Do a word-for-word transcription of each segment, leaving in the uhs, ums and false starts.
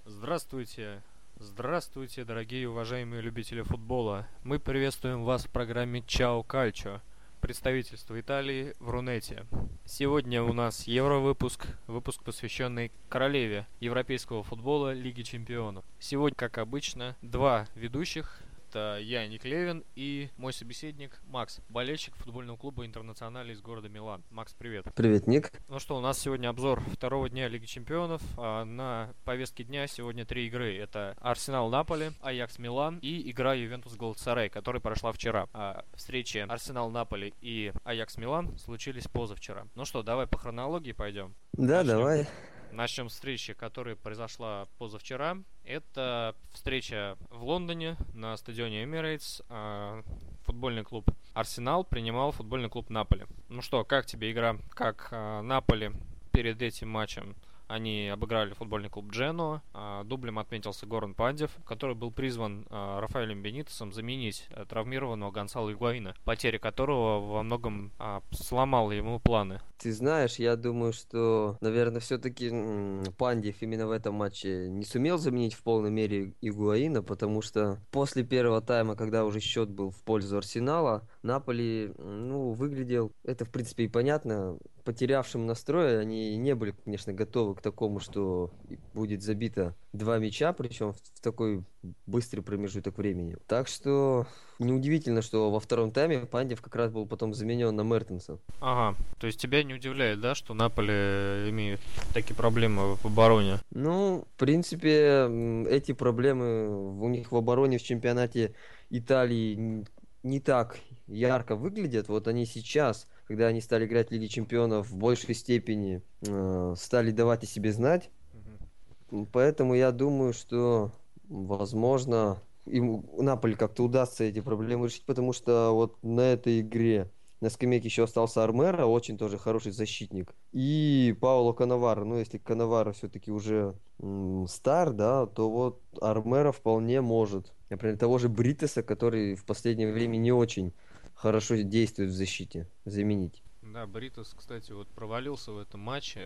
Здравствуйте, здравствуйте, дорогие и уважаемые любители футбола. Мы приветствуем вас в программе Чао Кальчо, представительство Италии в Рунете. Сегодня у нас Евровыпуск, выпуск, посвященный королеве европейского футбола Лиги Чемпионов. Сегодня, как обычно, два ведущих. Это я, Ник Левин, и мой собеседник Макс, болельщик футбольного клуба «Интернационале» из города Милан. Макс, привет. Привет, Ник. Ну что, у нас сегодня обзор второго дня Лиги Чемпионов. А на повестке дня сегодня три игры. Это Арсенал-Наполи, Аякс-Милан и игра Ювентус-Галатасарай, которая прошла вчера. А встречи Арсенал-Наполи и Аякс-Милан случились позавчера. Ну что, давай по хронологии пойдем. Да, Начнем. давай. Начнем с встречи, которая произошла позавчера. Это встреча в Лондоне на стадионе Эмирейтс. Футбольный клуб Арсенал принимал футбольный клуб Наполи. Ну что, как тебе игра? Как э, Наполи перед этим матчем? Они обыграли футбольный клуб Дженуа. Э, дублем отметился Горан Пандев, который был призван э, Рафаэлем Бенитесом заменить э, травмированного Гонсало Игуаина, потеря которого во многом э, сломала ему планы. Ты знаешь, я думаю, что, наверное, все-таки м, Пандев именно в этом матче не сумел заменить в полной мере Игуаина, потому что после первого тайма, когда уже счет был в пользу Арсенала, Наполи, ну, выглядел, это в принципе и понятно, потерявшим настрой. Они не были, конечно, готовы к такому, что будет забито два мяча, причем в такой быстрый промежуток времени. Так что неудивительно, что во втором тайме Пандев как раз был потом заменен на Мертенса. Ага, то есть тебя не удивляет, да, что Наполи имеет такие проблемы в обороне? Ну, в принципе, м, эти проблемы у них в обороне в чемпионате Италии н- не так ярко выглядят. Вот они сейчас, когда они стали играть в Лиге Чемпионов, в большей степени э, стали давать о себе знать. Мгм. М, Поэтому я думаю, что, возможно, им Наполи как-то удастся эти проблемы решить, потому что вот на этой игре на скамейке еще остался Армера, очень тоже хороший защитник, и Пауло Канаваро. Ну, если Канаваро все-таки уже м, стар, да, то вот Армера вполне может. Например, того же Бритеса, который в последнее время не очень хорошо действует в защите, заменить. Да, Бритос, кстати, вот провалился в этом матче.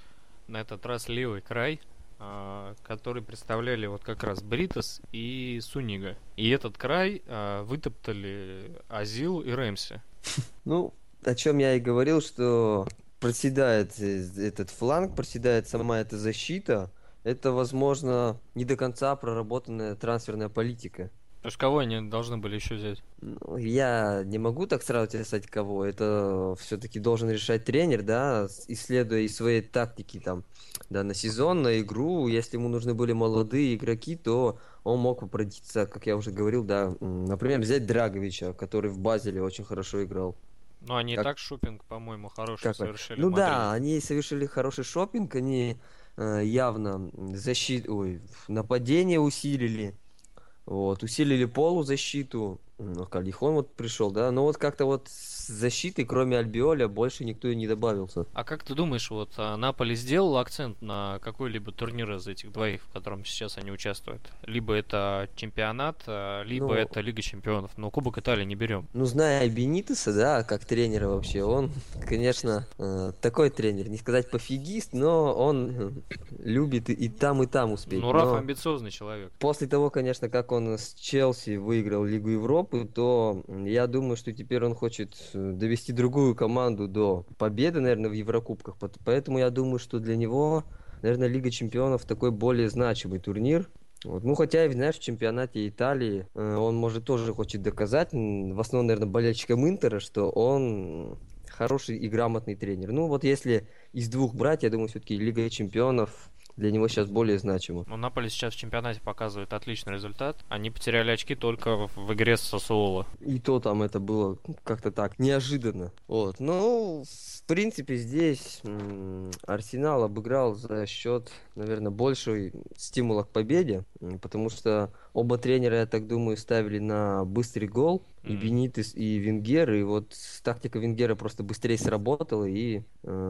На этот раз левый край, а, который представляли вот как раз Бритос и Сунига. И этот край а, вытоптали Азил и Рэмси. Ну, о чем я и говорил, что проседает э, этот фланг, проседает сама эта защита. Это, возможно, не до конца проработанная трансферная политика. То есть кого они должны были еще взять? Ну, я не могу так сразу тебе сказать, кого. Это все-таки должен решать тренер, да, с- исследуя и свои тактики там, да, на сезон, на игру. Если ему нужны были молодые игроки, то он мог обратиться, как я уже говорил, да, м, например, взять Драговича, который в Базеле очень хорошо играл. Ну, они и Как так шопинг, по-моему, хороший Как вы? совершили в Ну Мадриде. да, они совершили хороший шопинг, они э, явно защиту, ой, нападение усилили, вот, усилили полузащиту. Ну, Калихон вот пришел, да, но вот как-то вот с защитой, кроме Альбиоля, больше никто и не добавился. А как ты думаешь, вот а, Наполи сделал акцент на какой-либо турнир из этих двоих, в котором сейчас они участвуют? Либо это чемпионат, а, либо Ну, это Лига Чемпионов. Но Кубок Италии не берем. Ну, зная Бенитеса, да, как тренера вообще, он, конечно, э, такой тренер, не сказать пофигист, но он э, любит и, и там, и там успеть. Ну, Раф Но амбициозный человек. после того, конечно, как он с Челси выиграл Лигу Европы, то м, я думаю, что теперь он хочет э, довести другую команду до победы, наверное, в Еврокубках. Пот- Поэтому я думаю, что для него, наверное, Лига Чемпионов такой более значимый турнир. Вот. Ну, хотя, и, знаешь, в чемпионате Италии э, он, может, тоже хочет доказать, м, в основном, наверное, болельщикам Интера, что он хороший и грамотный тренер. Ну, вот если из двух брать, я думаю, все-таки Лига Чемпионов для него сейчас более значима. Но Наполи сейчас в чемпионате показывает отличный результат. Они потеряли очки только в, в игре с Сосуоло. И то там это было как-то так неожиданно. Вот. Ну, в принципе, здесь м, Арсенал обыграл за счет, наверное, большей стимула к победе, м, потому что оба тренера, я так думаю, ставили на быстрый гол. И М. Бенитес, и Венгер, и вот тактика Венгера просто быстрее сработала, и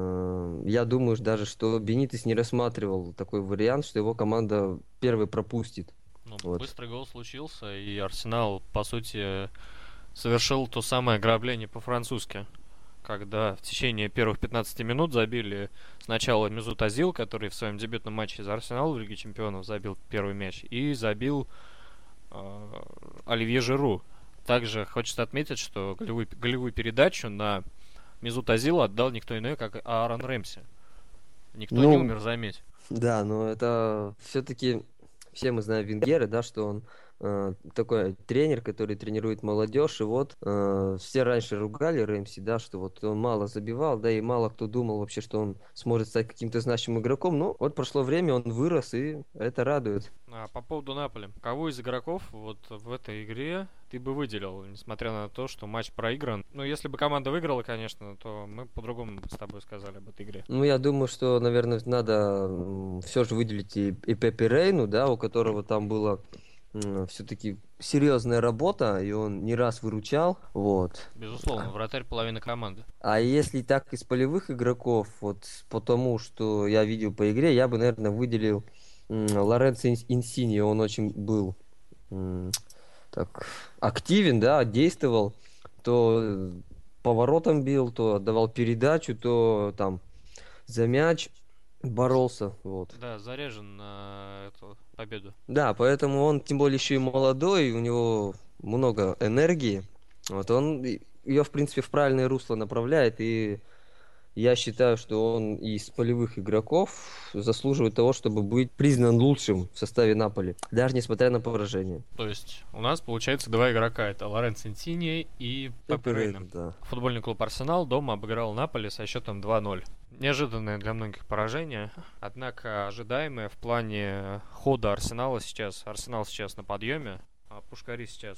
э, я думаю даже, что Бенитес не рассматривал такой вариант, что его команда первой пропустит. Ну, Вот. быстрый гол случился, и Арсенал, по сути, совершил то самое ограбление по-французски. когда в течение первых пятнадцати минут забили сначала Мезут Озил, который в своем дебютном матче за Арсенал в Лиге Чемпионов забил первый мяч, и забил э, Оливье Жиру. Также хочется отметить, что голевую, голевую передачу на Мезут Озила отдал никто иной, как Аарон Рэмси. Никто Ну, не умер, заметь. да, но это все-таки все мы знаем Венгера, да, что он э, такой тренер, который тренирует молодежь, и вот э, все раньше ругали Рэмси, да, что вот он мало забивал, да, и мало кто думал вообще, что он сможет стать каким-то значимым игроком, но вот прошло время, он вырос, и это радует. А по поводу Наполи. Кого из игроков вот в этой игре ты бы выделил, несмотря на то, что матч проигран? Ну, если бы команда выиграла, конечно, то мы по-другому бы с тобой сказали об этой игре. Ну, я думаю, что, наверное, надо все же выделить и, и Пепе Рейну, да, у которого там была все-таки серьезная работа, и он не раз выручал, вот. Безусловно, вратарь половины команды. А если так из полевых игроков, вот по тому, что я видел по игре, я бы, наверное, выделил м, Лоренцо Ин- Инсинье. Он очень был м, так активен, да, действовал, то э, поворотом бил, то отдавал передачу, то там за мяч боролся, вот. Да, заряжен на эту победу. Да, поэтому он, тем более, еще и молодой, у него много энергии, вот он ее, в принципе, в правильное русло направляет, и я считаю, что он из полевых игроков заслуживает того, чтобы быть признан лучшим в составе Наполи, даже несмотря на поражение. То есть у нас получается два игрока. Это Лоренцо Инсинье и Пепе Рейна. Да. Футбольный клуб Арсенал дома обыграл Наполи со счетом два ноль. Неожиданное для многих поражение, однако ожидаемое в плане хода Арсенала сейчас. Арсенал сейчас на подъеме, а Пушкари сейчас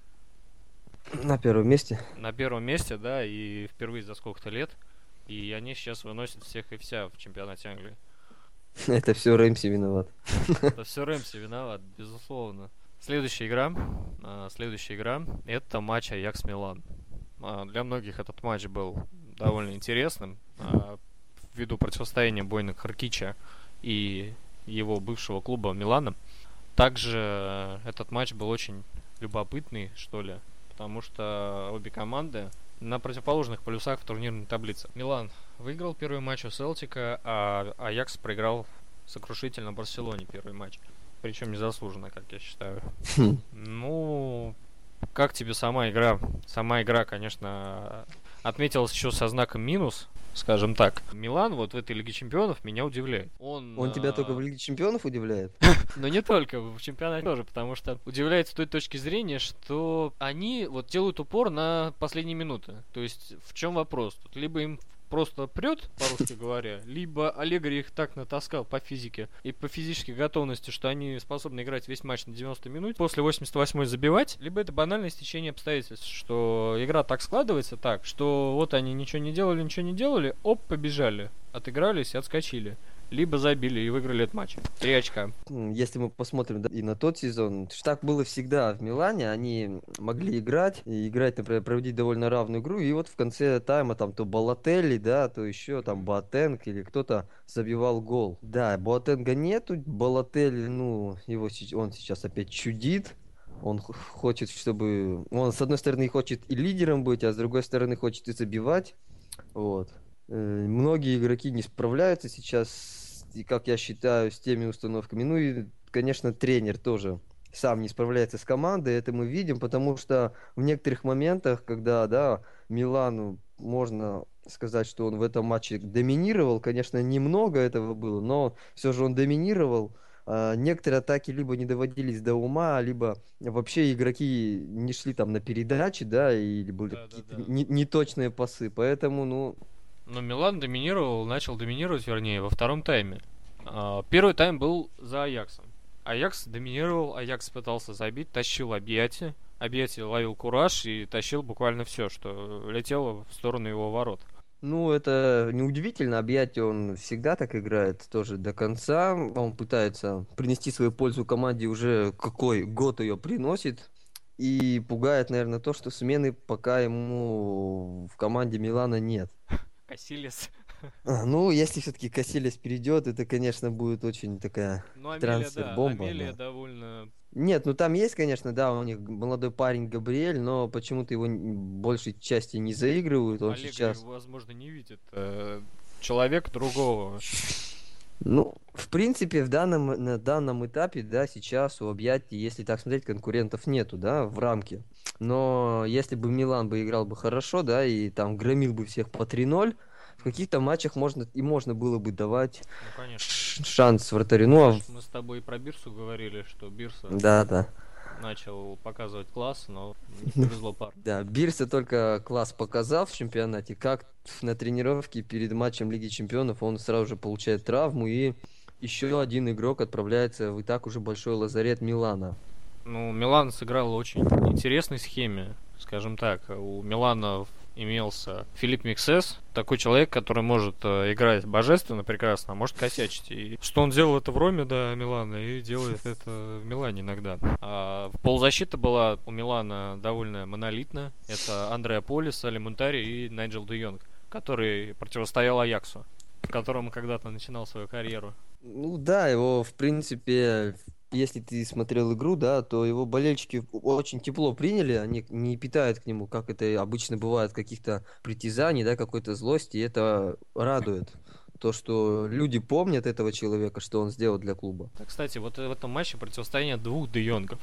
На первом месте. на первом месте, да, и впервые за сколько-то лет. И они сейчас выносят всех и вся в чемпионате Англии. Это все Рэмси виноват. Это все Рэмси виноват, безусловно. Следующая игра, а, следующая игра, это матч Аякс-Милан. А, Для многих этот матч был довольно интересным, а, ввиду противостояния Бойна Харкича и его бывшего клуба Милана. Также э, этот матч был очень любопытный, что ли, потому что обе команды на противоположных полюсах в турнирной таблице. Милан выиграл первый матч у Селтика, а Аякс проиграл сокрушительно Барселоне первый матч. Причем незаслуженно, как я считаю. Хм. Ну, как тебе сама игра? Сама игра, конечно, отметилась еще со знаком минус, скажем так. Милан вот в этой Лиге Чемпионов меня удивляет. Он, Он тебя а, только в Лиге Чемпионов удивляет? но не только, в чемпионате тоже, потому что удивляет с той точки зрения, что они вот делают упор на последние минуты. То есть в чем вопрос? Тут либо им просто прет, по-русски говоря, либо Аллегри их так натаскал по физике и по физической готовности, что они способны играть весь матч на девяносто минут, после восемьдесят восьмой забивать, либо это банальное стечение обстоятельств, что игра так складывается так, что вот они ничего не делали, ничего не делали, оп, побежали, отыгрались и отскочили. Либо забили и выиграли этот матч. Три очка. М, Если мы посмотрим, да, и на тот сезон, что так было всегда в Милане, они могли играть, и играть, например, проводить довольно равную игру, и вот в конце тайма там то Балотелли, да, то еще там Боатенг или кто-то забивал гол. Да, Боатенга нету, Балотелли, ну, его, се- он сейчас опять чудит, он х- хочет, чтобы... Он, с одной стороны, хочет и лидером быть, а с другой стороны, хочет и забивать, вот. Э, Многие игроки не справляются сейчас, и, как я считаю, с теми установками. Ну и, конечно, тренер тоже сам не справляется с командой, это мы видим, потому что в некоторых моментах, когда, да, Милану можно сказать, что он в этом матче доминировал, конечно, немного этого было, но все же он доминировал. А, Некоторые атаки либо не доводились до ума, либо вообще игроки не шли там на передачи, да, или были Да, да, какие-то да. не- неточные пасы, поэтому, ну, Но Милан доминировал, начал доминировать, вернее, во втором тайме. А, Первый тайм был за Аяксом. Аякс доминировал, Аякс пытался забить, тащил Абьяти. Абьяти ловил кураж и тащил буквально все, что летело в сторону его ворот. Ну, это неудивительно, Объятие он всегда так играет, тоже до конца. Он пытается принести свою пользу команде, уже какой год ее приносит. И пугает, наверное, то, что смены пока ему в команде Милана нет. Касилес. А, ну, если все-таки Касилес перейдет, это, конечно, будет очень такая Ну, Амелия, да, трансфер-бомба. Амелия Да. довольно Нет, ну там есть, конечно, да, у них молодой парень Габриэль, но почему-то его н- большей части не заигрывают. Он Аллегри, сейчас. возможно, не видит э, человека другого. Ну, в принципе, в данном, на данном этапе, да, сейчас у Объятий, если так смотреть, конкурентов нету, да, в рамке. Но если бы Милан бы играл бы хорошо, да, и там громил бы всех по три ноль, в Мгм. каких-то матчах можно и можно было бы давать Ну, конечно. ш- шанс вратарю. Ну, а в- Помнишь, мы с тобой про Бирсу говорили, что Бирса да, да. начал показывать класс, но не повезло парню. Да, Бирса только класс показал в чемпионате, как на тренировке перед матчем Лиги Чемпионов он сразу же получает травму, и еще один игрок отправляется в и так уже большой лазарет Милана. Ну, Милан сыграл в очень интересной схеме, скажем так. У Милана имелся Филипп Миксес, такой человек, который может э, играть божественно, прекрасно, а может косячить. И что он делал это в Роме, да, Милана, и делает это в Милане иногда. А полузащита была у Милана довольно монолитна. Это Андреа Полис, Али Мунтари и Найджел де Йонг, который противостоял Аяксу, в котором когда-то начинал свою карьеру. Ну да, его, в принципе, если ты смотрел игру, да, то его болельщики очень тепло приняли, они не питают к нему, как это обычно бывает, каких-то притязаний, да, какой-то злости, и это радует. То, что люди помнят этого человека, что он сделал для клуба. Так, кстати, вот в этом матче противостояние двух Де Йонгов.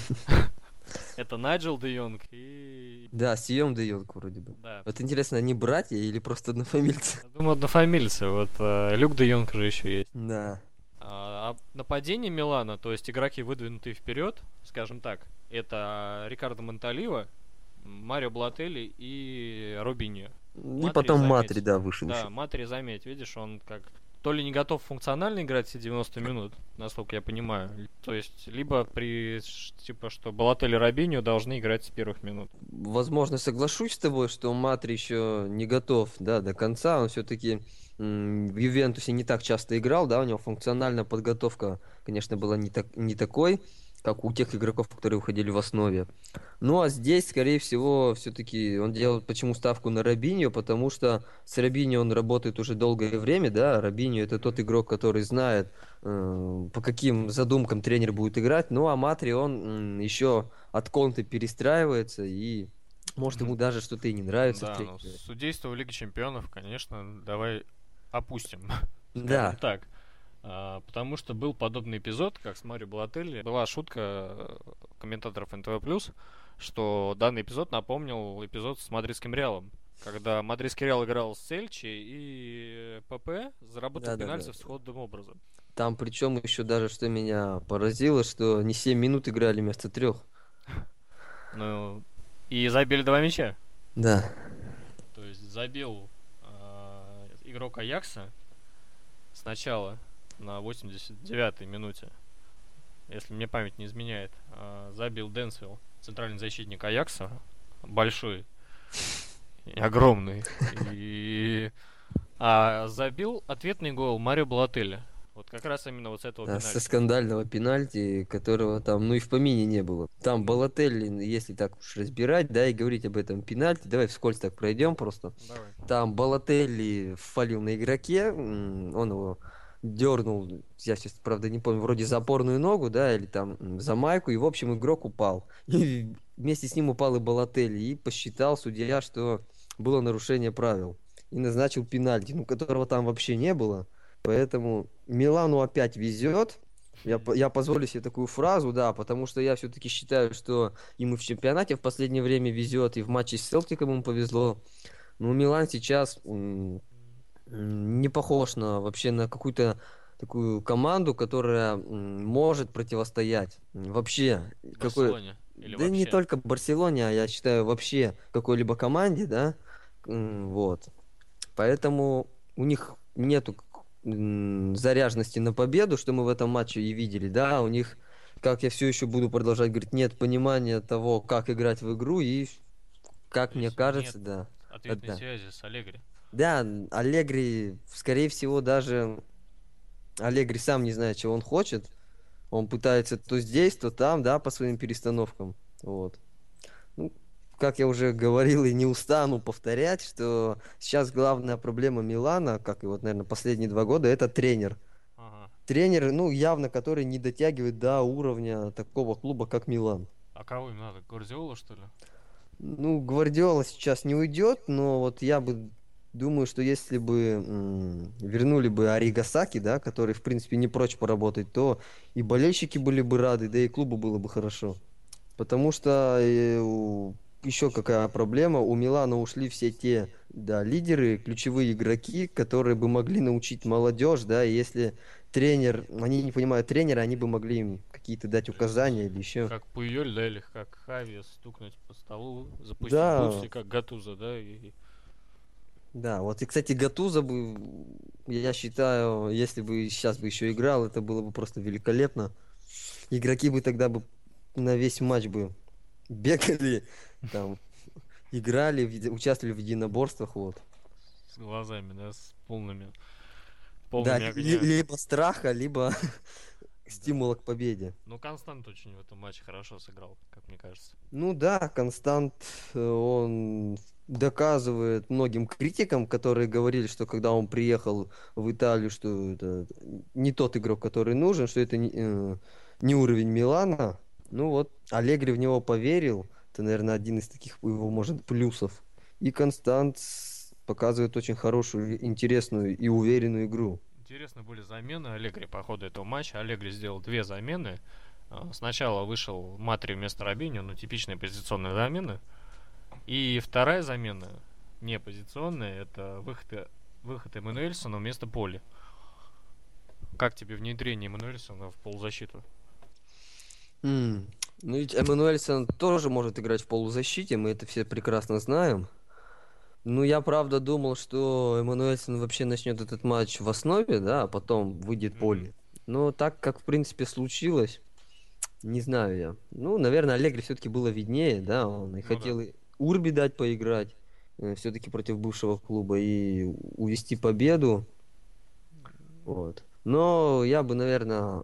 Это Найджел Де Йонг и... Да, Сием де Йонг вроде бы. Да. Вот интересно, они братья или просто однофамильцы? Я думаю, однофамильцы. Вот э, Люк Де Йонг же еще есть. Да. А, а нападение Милана, то есть игроки, выдвинутые вперед, скажем так, это Рикардо Монталива, Марио Блателли и Робиньо. И Матри потом Матри, заметь. да, вышел Да, еще. Матри заметь, видишь, он как то ли не готов функционально играть все девяносто минут, насколько я понимаю. То есть, либо при, ш- типа, что Балотелли и Робиньо должны играть с первых минут. Возможно, соглашусь с тобой, что Матри еще не готов, да, до конца. Он все-таки в Ювентусе не так часто играл, да, у него функциональная подготовка, конечно, была не, так, не такой, как у тех игроков, которые уходили в основе. Ну а здесь, скорее всего, все-таки он делает почему ставку на Робиньо, потому что с Робиньо он работает уже долгое время, да, Робиньо это тот игрок, который знает, э, по каким задумкам тренер будет играть, ну а Матри, он еще от Конте перестраивается, и может ему даже что-то и не нравится в Да, ну, тренере. судейство в Лиге Чемпионов, конечно, давай опустим, скажем Да, так. А, потому что был подобный эпизод, как с Марио Балотелли. Была шутка э, комментаторов эн тэ вэ плюс, что данный эпизод напомнил эпизод с мадридским Реалом. Когда мадридский Реал играл с Сельчи, и ПП заработал да, да, да. пенальти сходным образом. Там причем еще даже, что меня поразило, что не семь минут играли вместо трех. Ну, и забили два мяча. Да. То есть забил э, игрок Аякса сначала на восемьдесят девятой минуте, если мне память не изменяет, э, забил Денсвилл, центральный защитник Аякса, большой и огромный. И... А забил ответный гол Марио Балотелли. Вот как раз именно вот с этого Да, со пенальти. скандального пенальти, которого там, ну и в помине не было. Там Балотелли, если так уж разбирать, да, и говорить об этом пенальти, давай вскользь так пройдем просто. Давай. Там Балотелли фалил на игроке, м, он его дернул, я сейчас, правда, не помню, вроде за опорную ногу, да, или там м, за майку, и, в общем, игрок упал. И вместе с ним упал и Балотелли, и посчитал судья, что было нарушение правил. И назначил пенальти, ну, которого там вообще не было. Поэтому Милану опять везет. Я, по- я позволю себе такую фразу, да, потому что я все-таки считаю, что ему в чемпионате в последнее время везет, и в матче с Селтиком ему повезло. Но Милан сейчас м, м, не похож на вообще на какую-то такую команду, которая м, может противостоять. М, Вообще, какой... Барселоне. Или Да не вообще. только Барселоне, а я считаю вообще какой-либо команде, да, м, вот. Поэтому у них нету м, заряженности на победу, что мы в этом матче и видели, да, у них, как я все еще буду продолжать говорить, нет понимания того, как играть в игру, и, как То мне есть нет кажется, да, да, ответной да. связи с Аллегри. Да, Аллегри, скорее всего, даже Аллегри сам не знает, чего он хочет, он пытается то здесь, то там, да, по своим перестановкам, вот. Ну, как я уже говорил и не устану повторять, что сейчас главная проблема Милана, как и вот, наверное, последние два года, это тренер. Ага. тренер, ну, явно, который не дотягивает до уровня такого клуба, как Милан. А кого им надо? Гвардиола, что ли? Ну, Гвардиола сейчас не уйдет, но вот я бы думаю, что если бы м, вернули бы Arrigo Sacchi, да, который, в принципе, не прочь поработать, то и болельщики были бы рады, да и клубу было бы хорошо. Потому что э, у- еще какая проблема, у Милана ушли все те, да, лидеры, ключевые игроки, которые бы могли научить молодежь, да, и если тренер, они не понимают тренера, они бы могли им какие-то дать указания или еще. Как Пуйоль, да, или как Хави стукнуть по столу, запустить Да, бутсы, как Гатуза, да, и... да, вот и, кстати, Гатузо бы, я считаю, если бы сейчас бы еще играл, это было бы просто великолепно. Игроки бы тогда бы на весь матч бы бегали, там, играли, в еди- участвовали в единоборствах, вот. С глазами, да, с полными, Да, полными ли- ли- огня. либо страха, либо Да. стимула к победе. Ну, Констант очень в этом матче хорошо сыграл, как мне кажется. Ну да, Констант, э, он доказывает многим критикам, которые говорили, что когда он приехал в Италию, что это не тот игрок, который нужен, что это не, э, не уровень Милана. Ну вот, Аллегри в него поверил. Это, наверное, один из таких его, может, плюсов. И Констант показывает очень хорошую, интересную и уверенную игру. Интересны были замены Аллегри по ходу этого матча. Аллегри сделал две замены. А, Сначала вышел Матри вместо Робиньо, ну, типичная позиционная замена. И вторая замена, не позиционная, это выход, выход Эммануэльсона вместо Поли. Как тебе внедрение Эммануэльсона в полузащиту? М, Ну ведь Эммануэльсон тоже может играть в полузащите, мы это все прекрасно знаем. Ну, я правда думал, что Эммануэльсон вообще начнет этот матч в основе, да, а потом выйдет Мгм. Поли. Но так, как в принципе случилось, не знаю я. Ну, наверное, Аллегри все-таки было виднее, да, он и Ну да. хотел и Урби дать поиграть, все-таки против бывшего клуба, и увести победу, вот. Но я бы, наверное,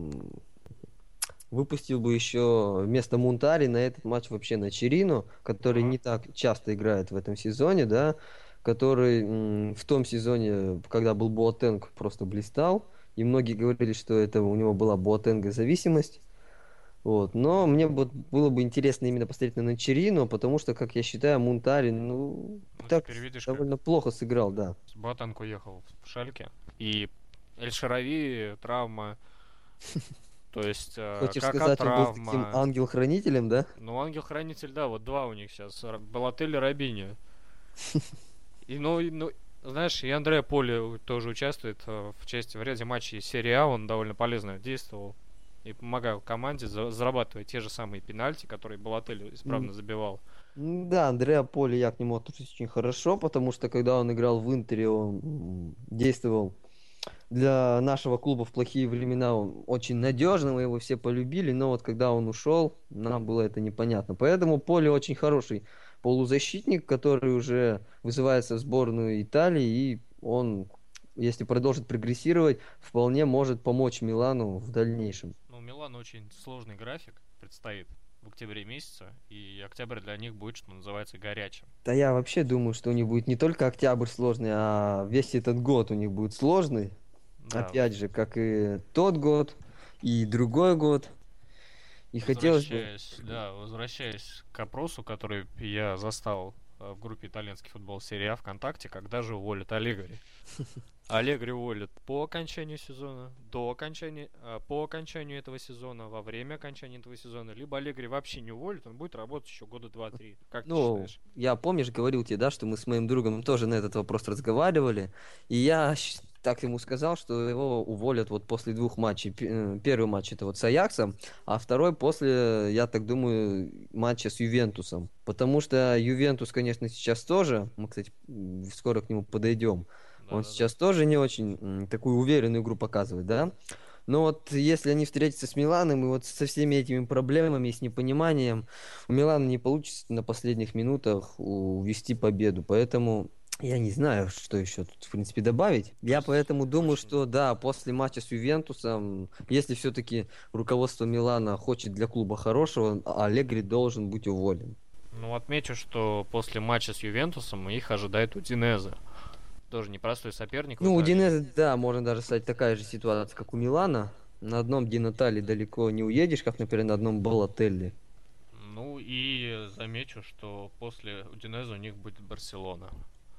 выпустил бы еще вместо Мунтари на этот матч вообще на Черино, который Ага. не так часто играет в этом сезоне, да, который м, в том сезоне, когда был Боатенг, просто блистал, и многие говорили, что это у него была Боатенга зависимость, вот, но мне бы было бы интересно именно посмотреть на Черино, потому что, как я считаю, Мунтари, ну, Ну, так теперь видишь, как довольно плохо сыграл, да. Ботанк уехал в Шальке. И Эль Шарави травма. То есть э, Хочешь Кака сказать, он был таким травма. ангел-хранителем, да? Ну, ангел-хранитель, да, вот два у них сейчас. Балотелли, Робиньо. И, ну, и, ну, знаешь, и Андреа Поли тоже участвует э, в части в ряде матчей серии А, он довольно полезно действовал и помогал команде за- зарабатывать те же самые пенальти, которые Балотелли исправно забивал. М, Да, Андреа Поли, я к нему отношусь очень хорошо, потому что когда он играл в Интере, он м, действовал для нашего клуба в плохие времена, он очень надежно, мы его все полюбили, но вот когда он ушел, нам было это непонятно. Поэтому Поли очень хороший полузащитник, который уже вызывается в сборную Италии, и он, если продолжит прогрессировать, вполне может помочь Милану в дальнейшем. Ну, у Милана очень сложный график предстоит в октябре месяце, и октябрь для них будет, что называется, горячим. Да я вообще думаю, что у них будет не только октябрь сложный, а весь этот год у них будет сложный. Да, Опять же, как и тот год, и другой год. И хотелось бы... возвращаясь, да, возвращаясь к опросу, который я застал э, в группе «Итальянский футбол серия А» ВКонтакте, когда же уволят Аллегри. Аллегри уволят по окончанию сезона, до окончания, э, по окончанию этого сезона, во время окончания этого сезона, либо Аллегри вообще не уволит, он будет работать еще года два-три. Как ты Ну, считаешь? я, помнишь, говорил тебе, да, что мы с моим другом тоже на этот вопрос разговаривали. И я щ- так ему сказал, что его уволят вот после двух матчей. П- э, Первый матч это вот с Аяксом, а второй после, я так думаю, матча с Ювентусом. Потому что Ювентус, конечно, сейчас тоже, мы, кстати, м, скоро к нему подойдем. Он Да-да-да. сейчас тоже не очень м, такую уверенную игру показывает, да? Но вот если они встретятся с Миланом, и вот со всеми этими проблемами, и с непониманием, у Милана не получится на последних минутах увести победу. Поэтому я не знаю, что еще тут, в принципе, добавить. То Я есть поэтому думаю, очень... что да, после матча с Ювентусом, если все-таки руководство Милана хочет для клуба хорошего, Аллегри должен быть уволен. Ну, отмечу, что после матча с Ювентусом их ожидает Удинезе. Тоже непростой соперник в Ну, у Италии. Динезе, да, можно даже сказать, такая же ситуация, как у Милана. На одном Ди Натали далеко не уедешь, как, например, на одном Балотелли. Ну и замечу, что после Удинеза у них будет Барселона.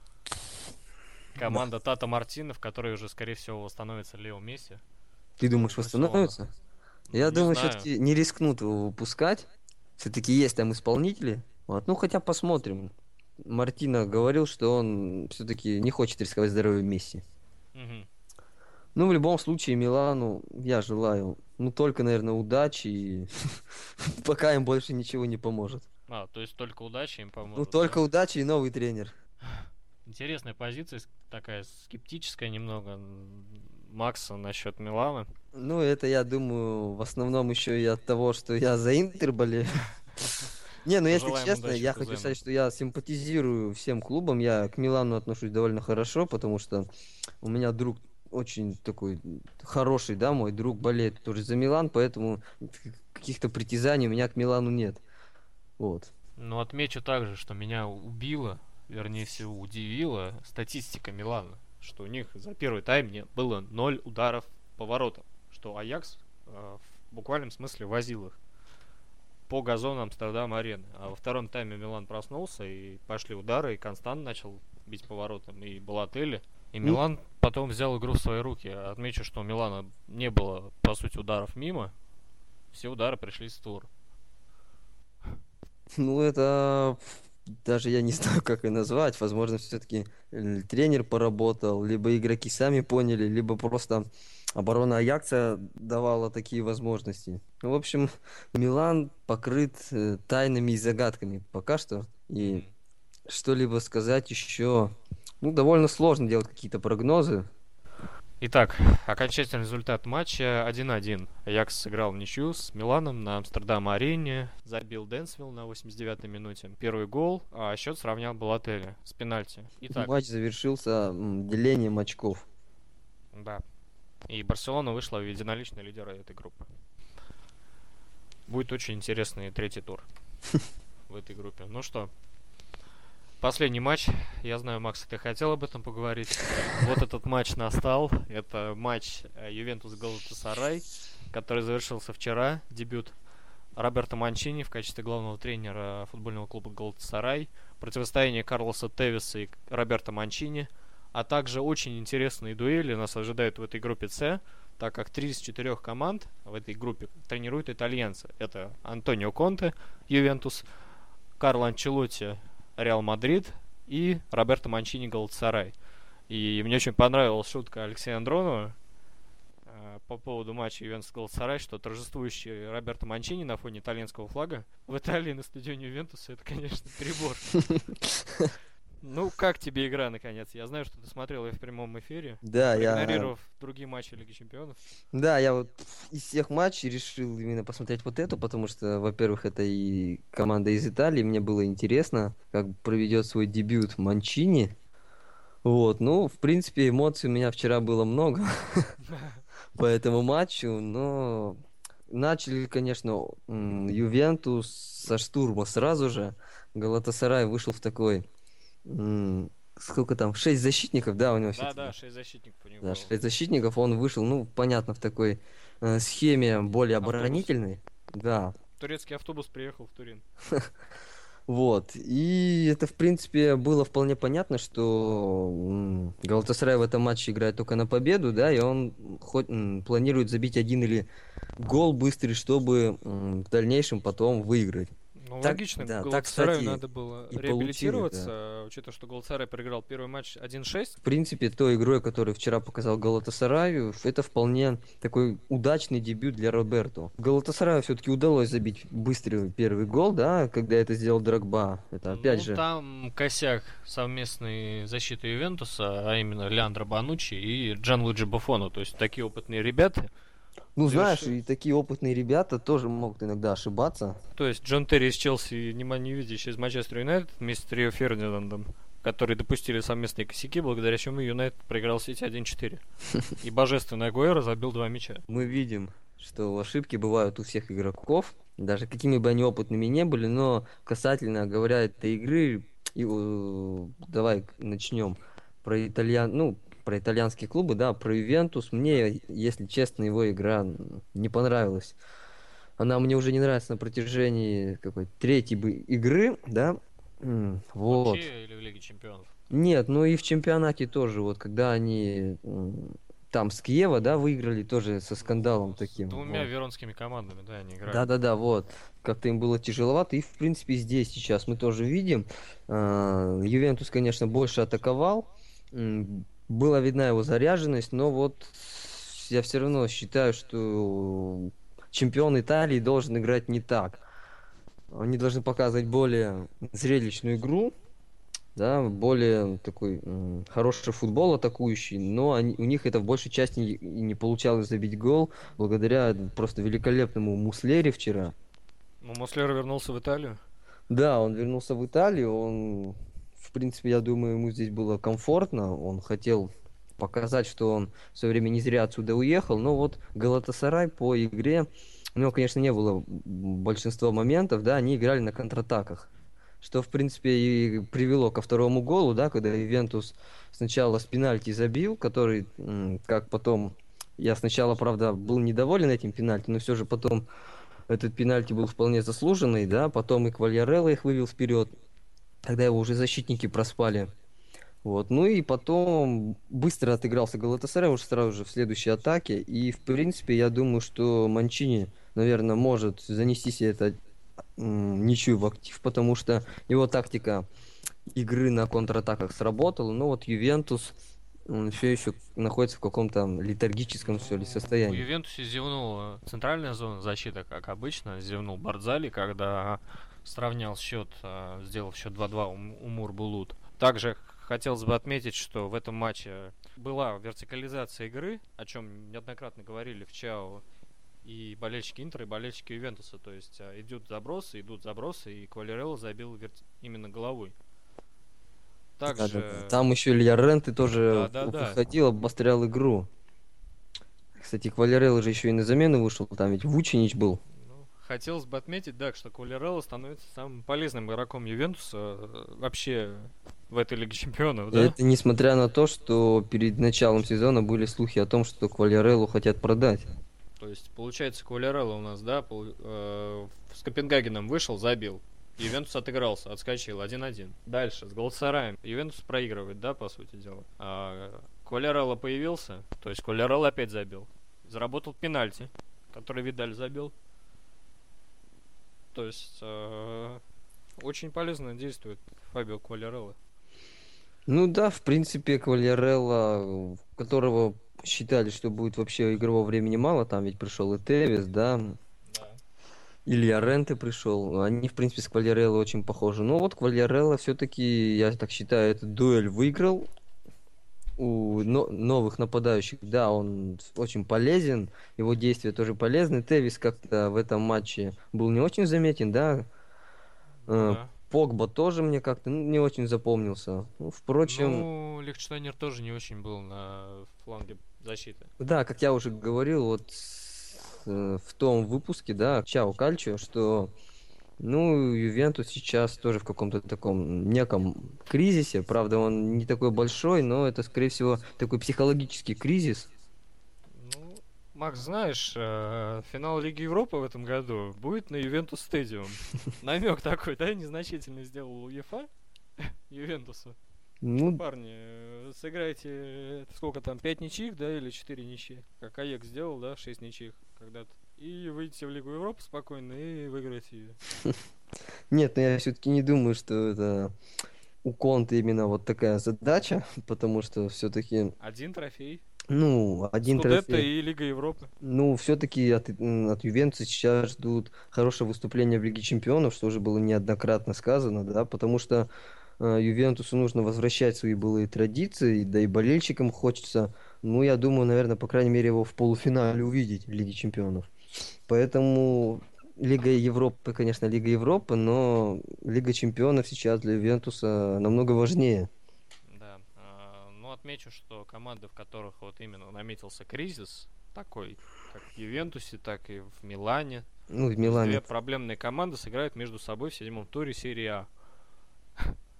Да. Команда Тата Мартино, в которой уже, скорее всего, восстановится Лео Месси. Ты Снова думаешь, в Барселону. восстановится? Ну, Я не думаю, знаю. все-таки не рискнут его выпускать. Все-таки есть там исполнители. Вот. Ну, хотя посмотрим. Мартино говорил, что он все-таки не хочет рисковать здоровьем Месси. Мгм. Ну, в любом случае, Милану я желаю, ну, только, наверное, удачи, и пока им больше ничего не поможет. А, то есть только удача им Ну, поможет, только да? удачи и новый тренер. Интересная позиция, с- такая скептическая немного м, Макса насчет Милана. Ну, это, я думаю, в основном еще и от того, что я за Интер болею. Не, ну, если Пожелаем честно, удачи я хочу кузену. сказать, что я симпатизирую всем клубам. Я к Милану отношусь довольно хорошо, потому что у меня друг очень такой хороший, да, мой друг болеет тоже за Милан, поэтому каких-то притязаний у меня к Милану нет. Вот. Но отмечу также, что меня убило, вернее всего удивила статистика Милана. Что у них за первый тайм не было ноль ударов по воротам. Что Аякс э, в буквальном смысле возил их по газону Амстердам-арены. А во втором тайме Милан проснулся, и пошли удары, и Констант начал бить по воротам, и Балотелли. И Ну, Милан потом взял игру в свои руки. Отмечу, что у Милана не было, по сути, ударов мимо. Все удары пришли с тур. ну, это даже я не знаю, как и назвать. Возможно, все-таки тренер поработал, либо игроки сами поняли, либо просто оборона Аякса давала такие возможности. Ну, в общем, Милан покрыт э, тайнами и загадками пока что. И Мгм. что-либо сказать еще, ну, довольно сложно делать какие-то прогнозы. Итак, окончательный результат матча один один. Аякс сыграл в ничью с Миланом на Амстердам-арене. Забил Дэнсвилл на восемьдесят девятой минуте. Первый гол, а счет сравнял Балотелли с пенальти. Итак, Матч завершился м, делением очков. да. И Барселона вышла в единоличные лидеры этой группы. Будет очень интересный третий тур в этой группе. Ну что, последний матч. Я знаю, Макс, ты хотел об этом поговорить. Вот этот матч настал. Это матч э, Ювентус-Галатасарай, который завершился вчера. Дебют Роберто Манчини в качестве главного тренера футбольного клуба Галатасарай. Противостояние Карлоса Тевиса и Роберто Манчини. А также очень интересные дуэли нас ожидают в этой группе С, так как три из четырех команд в этой группе тренируют итальянцы. Это Антонио Конте, Ювентус, Карло Анчелотти, Реал Мадрид и Роберто Манчини, Галатасарай. И мне очень понравилась шутка Алексея Андронова э, по поводу матча Ювентус Галатасарай, что торжествующий Роберто Манчини на фоне итальянского флага в Италии на стадионе Ювентуса, это, конечно, перебор. Ну, как тебе игра, наконец? Я знаю, что ты смотрел ее в прямом эфире, Да, я проигнорировав другие матчи Лиги Чемпионов. Да, я вот из всех матчей решил именно посмотреть вот эту, потому что, во-первых, это и команда из Италии, мне было интересно, как проведет свой дебют Манчини. Вот, ну, в принципе, эмоций у меня вчера было много по этому матчу, но начали, конечно, м, Ювентус со штурма сразу же. Галатасарай вышел в такой, м, сколько там, шесть защитников, да, у него Да-да, все-таки. шесть защитников у них Да, было. шесть защитников, он вышел, ну, понятно, в такой э, схеме более Автобус. оборонительной. Да, Турецкий автобус приехал в Турин. вот. И это, в принципе, было вполне понятно, что м, Галатасарай в этом матче играет только на победу, да, и он хоть, м, планирует забить один или гол быстрый, чтобы м, в дальнейшем потом выиграть. Ну, Так, логично, да, так, Галатасараю кстати, надо было и получилось, да. реабилитироваться, учитывая, что Галатасарай проиграл первый матч один шесть. В принципе, той игрой, которую вчера показал Галатасараю, это вполне такой удачный дебют для Роберто. Галатасараю все-таки удалось забить быстрый первый гол, да, когда это сделал Дрогба. Это опять Ну, же... там косяк совместной защиты Ювентуса, а именно Леандро Бануччи и Джанлуиджи Буффоно. То есть такие опытные ребята. Ну, знаешь, Заверши- и такие опытные ребята тоже могут иногда ошибаться. То есть Джон Терри из Челси, внимания не видящий из Манчестер Юнайтед вместе с Рио Фердинандом, которые допустили совместные косяки, благодаря чему Юнайтед проиграл Сити один четыре. И божественный Агуэро забил два мяча. Мы видим, что ошибки бывают у всех игроков, даже какими бы они опытными не были, но касательно, говоря, этой игры, и, э, давай начнем. про итальян, ну, про итальянские клубы, да, про Ювентус. Да. Мне, если честно, его игра не понравилась. Она мне уже не нравится на протяжении какой третьей бы игры, да. М, Вот. Вообще или в Лиге Чемпионов? Нет, ну и в чемпионате тоже, вот когда они м, там с Киева, да, выиграли тоже со скандалом Ну, с таким. двумя Вот. веронскими командами, да, они играли. Да-да-да, вот. Как-то им было тяжеловато. И, в принципе, здесь сейчас мы тоже видим. а, Ювентус, конечно, больше атаковал. м, Была видна его заряженность, но вот я все равно считаю, что чемпион Италии должен играть не так. Они должны показывать более зрелищную игру, да, более такой м, хороший футбол атакующий, но они, у них это в большей части и и не получалось забить гол благодаря просто великолепному Муслере вчера. Ну, Мослер вернулся в Италию. Да, он вернулся в Италию, он, в принципе, я думаю, ему здесь было комфортно, он хотел показать, что он в свое время не зря отсюда уехал, но вот Галатасарай по игре, у него, конечно, не было м, большинства моментов, да, они играли на контратаках, что, в принципе, и привело ко второму голу, да, когда Ивентус сначала с пенальти забил, который, м, как потом, я сначала, правда, был недоволен этим пенальти, но все же потом этот пенальти был вполне заслуженный, да, потом и Квальярелло их вывел вперед, когда его уже защитники проспали. Вот. Ну и потом быстро отыгрался Галатасарай уже сразу же в следующей атаке. И, в принципе, я думаю, что Манчини, наверное, может занести себе это м, ничью в актив, потому что его тактика игры на контратаках сработала. Но вот Ювентус все еще находится в каком-то летаргическом, что ли, Ну, у состоянии. Ювентуса зевнула центральная зона защиты, как обычно. Зевнул Бардзали, когда сравнял счет, а, сделал счет два-два у М- у Мурбулут. Также хотелось бы отметить, что в этом матче была вертикализация игры, о чем неоднократно говорили в Чао и болельщики Интера, и болельщики Ювентуса. То есть а, идут забросы, идут забросы, и Квалерелло забил верти- именно головой. Да-да-да. Также, Там еще Илья Ренте тоже да-да-да, выходил, обострял игру. Кстати, Квалерелло же еще и на замену вышел, там ведь Вучинич был. ну, хотелось бы отметить, да, что Квалерелло становится самым полезным игроком Ювентуса э, вообще в этой Лиге Чемпионов, да? Это несмотря на то, что перед началом сезона были слухи о том, что Квалереллу хотят продать. То есть, получается, Квалерелло у нас, да, пол- э, с Копенгагеном вышел, забил. Ювентус отыгрался, отскочил один-один. Дальше, с Галатасараем. Ювентус проигрывает, да, по сути дела. А Квалерелло появился, то есть Квалерелло опять забил. Заработал пенальти, который Видаль забил. То есть, э, очень полезно действует Фабио Квалерелло. Ну да, в принципе, Квалерелло, которого считали, что будет вообще игрового времени мало, там ведь пришел и Тевес, да, Да. Илья Ренте пришел. Они, в принципе, с Квальярелло очень похожи. Но вот Квальярелло все-таки, я так считаю, этот дуэль выиграл у но- новых нападающих. Да, он очень полезен, его действия тоже полезны. Тевис как-то в этом матче был не очень заметен, да. Ну Э, да. Погба тоже мне как-то ну, не очень запомнился. Ну, впрочем, Ну, Лихтенштейнер тоже не очень был на фланге защиты. да, как я уже говорил, вот с- э, в том выпуске, да, Чао Кальчо, что ну, Ювентус сейчас тоже в каком-то таком неком кризисе. Правда, он не такой большой, но это, скорее всего, такой психологический кризис. Ну, Макс, знаешь, э, финал Лиги Европы в этом году будет на Ювентус Стадиум. Намек такой, да, незначительно сделал УЕФА Ювентусу. Что, Ну, парни, э, сыграйте, э, сколько там, пять ничьих, да, или четыре ничьих? Как Аек сделал, да, шесть ничьих когда-то. И выйдете в Лигу Европы спокойно и выиграете ее. нет, но я все-таки не думаю, что это у Конта именно вот такая задача, потому что все-таки, Один трофей. ну, один Скудетто трофей. и Лига Европы. Ну, все-таки от, м, от Ювентуса сейчас ждут хорошее выступление в Лиге Чемпионов, что уже было неоднократно сказано, да, потому что э, Ювентусу нужно возвращать свои былые традиции, да и болельщикам хочется, ну, я думаю, наверное, по крайней мере, его в полуфинале увидеть в Лиге Чемпионов. Поэтому Лига Европы, конечно, Лига Европы, но Лига Чемпионов сейчас для Ювентуса намного важнее. Да. а, Ну, отмечу, что команды, в которых вот именно наметился кризис, такой, как в Ювентусе, так и в Милане. Ну, в То есть Милане. две проблемные команды сыграют между собой в седьмом туре серии А.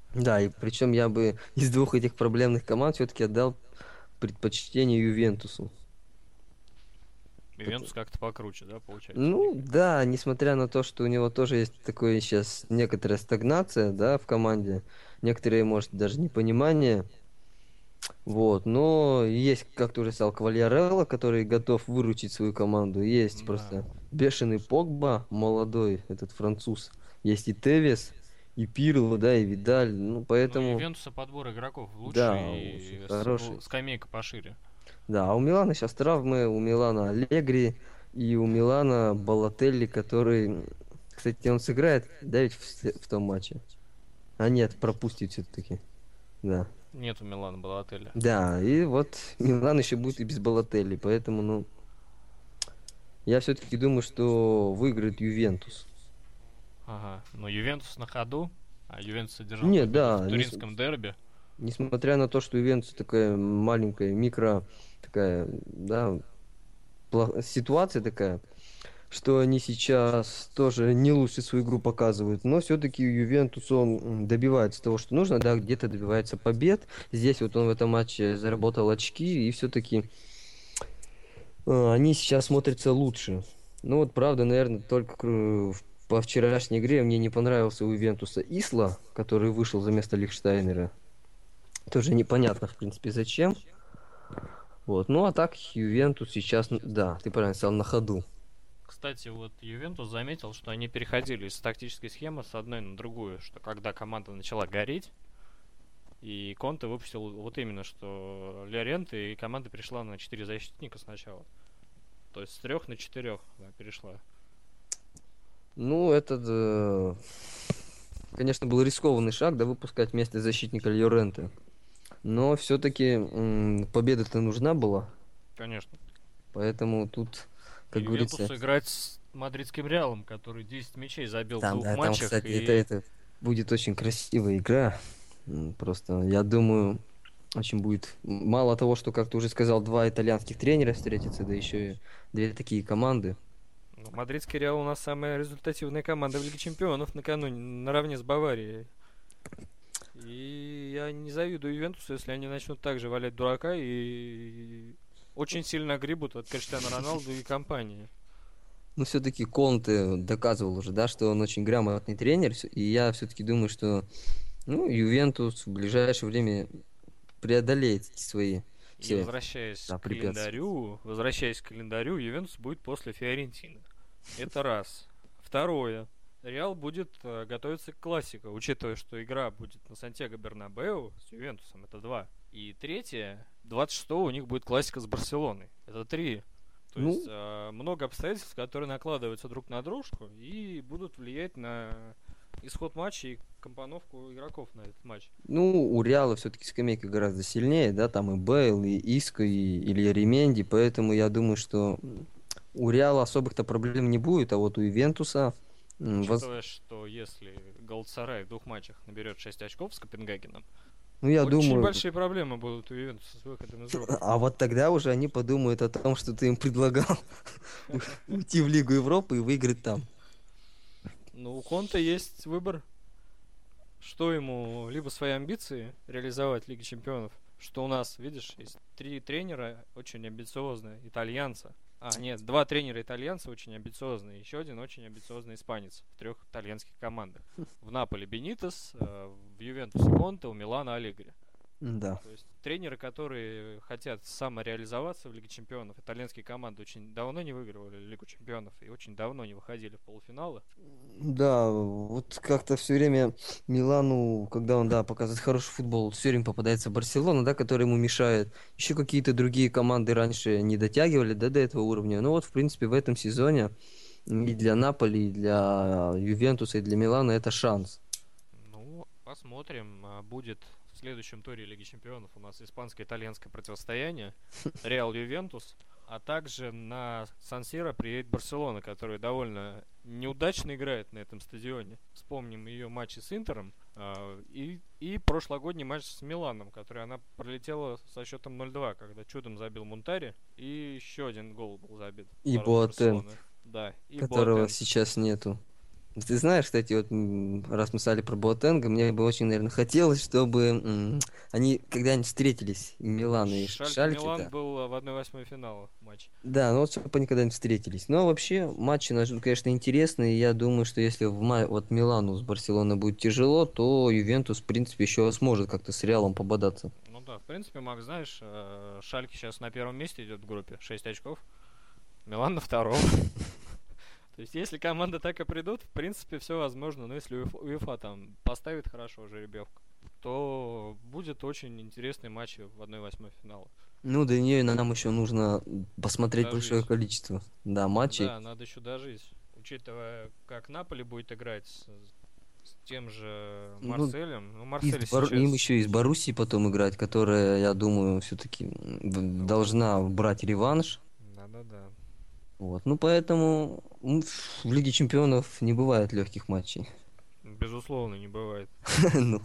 Да, и причем я бы из двух этих проблемных команд все-таки отдал предпочтение Ювентусу. Ювентус как-то покруче, да, получается у них? Ну да, несмотря на то, что у него тоже есть такое сейчас некоторая стагнация, да, в команде, некоторые, может, даже непонимание, вот, но есть, как ты уже сказал, Квальярелло, который готов выручить свою команду, есть Да. просто бешеный Погба, молодой, этот француз, есть и Тевес, и Пирло, да, и Видаль, ну, Ну, у поэтому, Ювентуса подбор игроков лучше да, очень и с- л- хороший. скамейка пошире. Да, а у Милана сейчас травмы, у Милана Аллегри и у Милана Балотелли, который, кстати, он сыграет, да, ведь в, с- в том матче? А нет, пропустит все-таки, да. Нет у Милана Балотелли. Да, и вот Милан еще будет и без Балотелли, поэтому, ну, я все-таки думаю, что выиграет Ювентус. Ага. Но Ювентус на ходу, а Ювентус одержал Нет, победу в да, нес- туринском дерби. несмотря на то, что Ювентус такая маленькая, микро, такая, да, пла- ситуация такая, что они сейчас тоже не лучше свою игру показывают, но все-таки Ювентус, он м, добивается того, что нужно, да, где-то добивается побед. Здесь вот он в этом матче заработал очки, и все-таки они сейчас смотрятся лучше. Ну вот, правда, наверное, только к- в- по вчерашней игре мне не понравился у Ювентуса Исла, который вышел за место Лихштайнера. Тоже непонятно, в принципе, зачем. Вот. Ну, а так Ювентус сейчас, н- да, ты правильно сказал, на ходу. Кстати, вот Ювентус заметил, что они переходили из тактической схемы с одной на другую, что когда команда начала гореть, и Конте выпустил вот именно, что Лоренте, и команда перешла на четыре защитника сначала. То есть с трех на четырех да, перешла. Ну, этот, э, конечно, был рискованный шаг, да, выпускать вместо защитника Льоренте. Но все-таки победа-то нужна была. Конечно. Поэтому тут, И как говорится, Ювентусу играть с мадридским Реалом, который десять мячей забил в там, двух да, там, матчах, кстати, это, и это будет очень красивая игра. М, Просто, я думаю, очень будет... Мало того, что, как ты уже сказал, два итальянских тренера встретятся, да еще и две такие команды. ну, мадридский Реал у нас самая результативная команда в Лиге Чемпионов накануне, наравне с Баварией. И я не завидую Ювентусу, если они начнут также валять дурака и очень сильно огребут от Криштиану Роналду и компании. Но все-таки Конте доказывал уже, да, что он очень грамотный тренер. всё- И я все-таки думаю, что, ну, Ювентус в ближайшее время преодолеет эти свои И все, возвращаясь да, к препятствия. календарю, возвращаясь к календарю, Ювентус будет после Фиорентины. Это раз. Второе. Реал будет э, готовиться к классике, учитывая, что игра будет на Сантьяго Бернабеу с Ювентусом. Это два. И третье. двадцать шестого у них будет классика с Барселоной. Это три. То есть Ну, э, много обстоятельств, которые накладываются друг на дружку и будут влиять на исход матча и компоновку игроков на этот матч. ну, у Реала все-таки скамейка гораздо сильнее, да, там и Бейл, и Иско, и Илья Ременди, поэтому я думаю, что м, у Реала особых-то проблем не будет, а вот у Ювентуса, м, воз- Учитывая, что если Галатасарай в двух матчах наберет шесть очков с Копенгагеном, ну, я очень думаю, большие проблемы будут у Ювентуса с выходом из группы. а вот тогда уже они подумают о том, что ты им предлагал у- уйти в Лигу Европы и выиграть там. Ну, у Конта есть выбор, что ему либо свои амбиции реализовать в Лиге Чемпионов, что у нас, видишь, есть три тренера очень амбициозные, итальянца. А, нет, два тренера итальянца очень амбициозные, еще один очень амбициозный испанец в трех итальянских командах. В Наполе Бенитес, э, в Ювентусе Конте, у Милана Аллегри. Да. То есть тренеры, которые хотят самореализоваться в Лиге Чемпионов, итальянские команды очень давно не выигрывали Лигу Чемпионов и очень давно не выходили в полуфиналы. Да, вот как-то все время Милану, когда он, да, показывает хороший футбол, все время попадается Барселона, да, которая ему мешает. Еще какие-то другие команды раньше не дотягивали, да, до этого уровня. Ну вот, в принципе, в этом сезоне и для Наполи, и для Ювентуса, и для Милана это шанс. Ну, посмотрим. А, Будет в следующем туре Лиги Чемпионов у нас испанско-итальянское противостояние. Реал Ювентус. А также на Сан-Сиро приедет Барселона, которая довольно неудачно играет на этом стадионе. Вспомним ее матчи с Интером а, и, и прошлогодний матч с Миланом, который она пролетела со счетом ноль-два, когда чудом забил Мунтари. И еще один гол был забит в И ворота Боатeng, Барселоны. Да, и которого Боатенг. сейчас нету. Ты знаешь, кстати, вот м, раз мы стали про Боатенга, мне бы очень, наверное, хотелось, чтобы м, они когда-нибудь встретились, и Милан и Ш- Шальке Милан Шальке-то. был в одной восьмой финала матч. Да, ну вот чтобы они когда-нибудь встретились. Но вообще матчи нас ждут, конечно, интересные. И я думаю, что если в ма- вот Милану с Барселоной будет тяжело, то Ювентус, в принципе, еще сможет как-то с Реалом пободаться. Ну да, в принципе, Макс, знаешь, э, Шальке сейчас на первом месте идет в группе, шесть очков. Милан на втором. То есть, если команда так и придут, в принципе, все возможно. Но если УЕФА УЕФА там поставит хорошо жеребьевку, то будет очень интересный матч в одной восьмой финала. Ну, до нее нам еще нужно посмотреть большое Дожить. количество, да, матчей. Да, надо еще дожить. Учитывая, как Наполи будет играть с, с тем же Ну, Марселем. Ну, и с Марсель Бар- им сейчас... еще и с Боруссией потом играть, которая, я думаю, все-таки Вот. должна брать реванш. Да-да-да. Вот. Ну, поэтому м, в Лиге Чемпионов не бывает легких матчей. Безусловно, не бывает. Ну,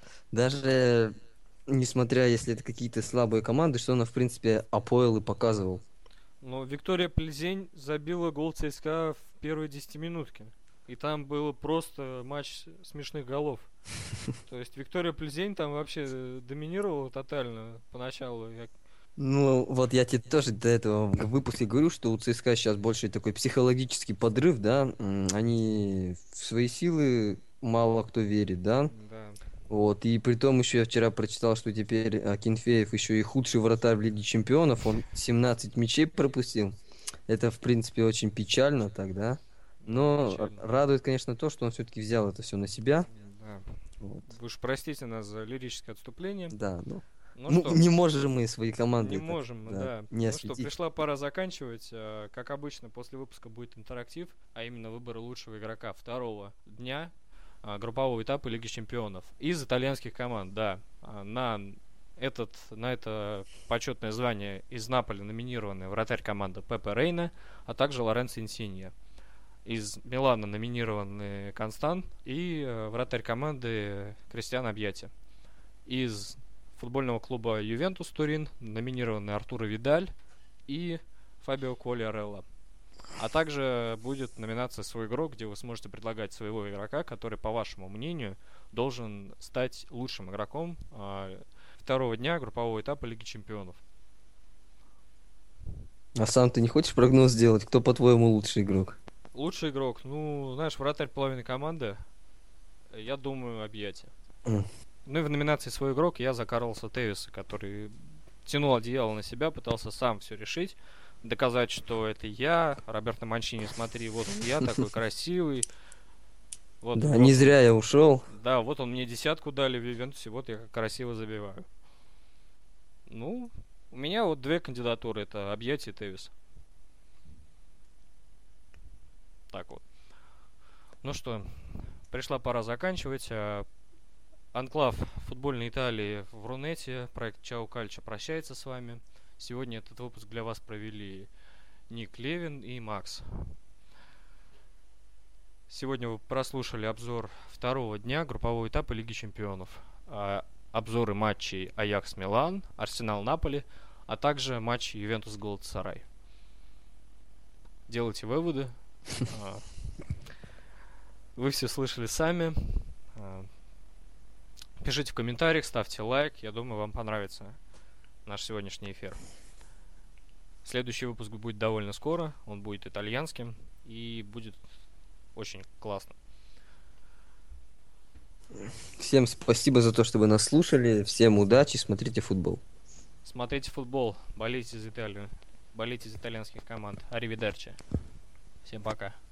даже несмотря, если это какие-то слабые команды, что она, в принципе, Апоэл и показывал. Но Виктория Плезень забила гол ЦСКА в первой десятиминутке. И там было просто матч смешных голов. То есть Виктория Плезень там вообще э, доминировала тотально поначалу. Я- Ну, вот я тебе тоже до этого в выпуске говорю, что у ЦСКА сейчас больше такой психологический подрыв, да, м, они в свои силы мало кто верит, да, Да. вот, и при том еще я вчера прочитал, что теперь Акинфеев еще и худший вратарь в Лиге Чемпионов, он семнадцать мячей пропустил, это, в принципе, очень печально тогда, Да, но р- печально. радует, конечно, то, что он все-таки взял это все на себя, Да. вот, Вы уж простите нас за лирическое отступление. да, ну, Ну ну, что, не можем мы свои не команды так, можем, мы, да, да. не Ну что, осветить. пришла пора заканчивать. Э, Как обычно, после выпуска будет интерактив, а именно выбор лучшего игрока второго дня а, группового этапа Лиги Чемпионов. Из итальянских команд, да. А, На этот, на это почетное звание из Наполи номинированы вратарь команды Пепе Рейна, а также Лоренцо Инсинье. Из Милана номинированы Констан и э, вратарь команды Кристиан Абьяти. Из футбольного клуба Ювентус Турин номинированы Артуро Видаль и Фабио Квалиарелло. А также будет номинация «Свой игрок», где вы сможете предлагать своего игрока, который, по вашему мнению, должен стать лучшим игроком а, второго дня группового этапа Лиги Чемпионов. А сам ты не хочешь прогноз сделать? Кто, по-твоему, лучший игрок? Лучший игрок, ну, знаешь, вратарь половины команды, я думаю, объятие. М. Ну и в номинации «Свой игрок» я за Карлоса Тевиса, который тянул одеяло на себя, пытался сам все решить, доказать, что это я, Роберто Манчини, смотри, вот он я такой красивый, вот, Да, вот не он, зря я ушел. да, вот он мне десятку дали в Ювентусе, вот я как красиво забиваю. Ну, у меня вот две кандидатуры, это объятие и Тевис. Так вот. Ну что, пришла пора заканчивать. а, Анклав футбольной Италии в Рунете, проект Чао Кальчо прощается с вами. Сегодня этот выпуск для вас провели Ник Левин и Макс. Сегодня вы прослушали обзор второго дня группового этапа Лиги Чемпионов. А, обзоры матчей Аякс Милан, Арсенал Наполи, а также матч Ювентус Галатасарай. Делайте выводы. А, Вы все слышали сами. А, Пишите в комментариях, ставьте лайк. Я думаю, вам понравится наш сегодняшний эфир. Следующий выпуск будет довольно скоро. Он будет итальянским и будет очень классно. Всем спасибо за то, что вы нас слушали. Всем удачи, смотрите футбол. Смотрите футбол, болейте за Италию, болейте за итальянских команд. Аривидерчи. Всем пока.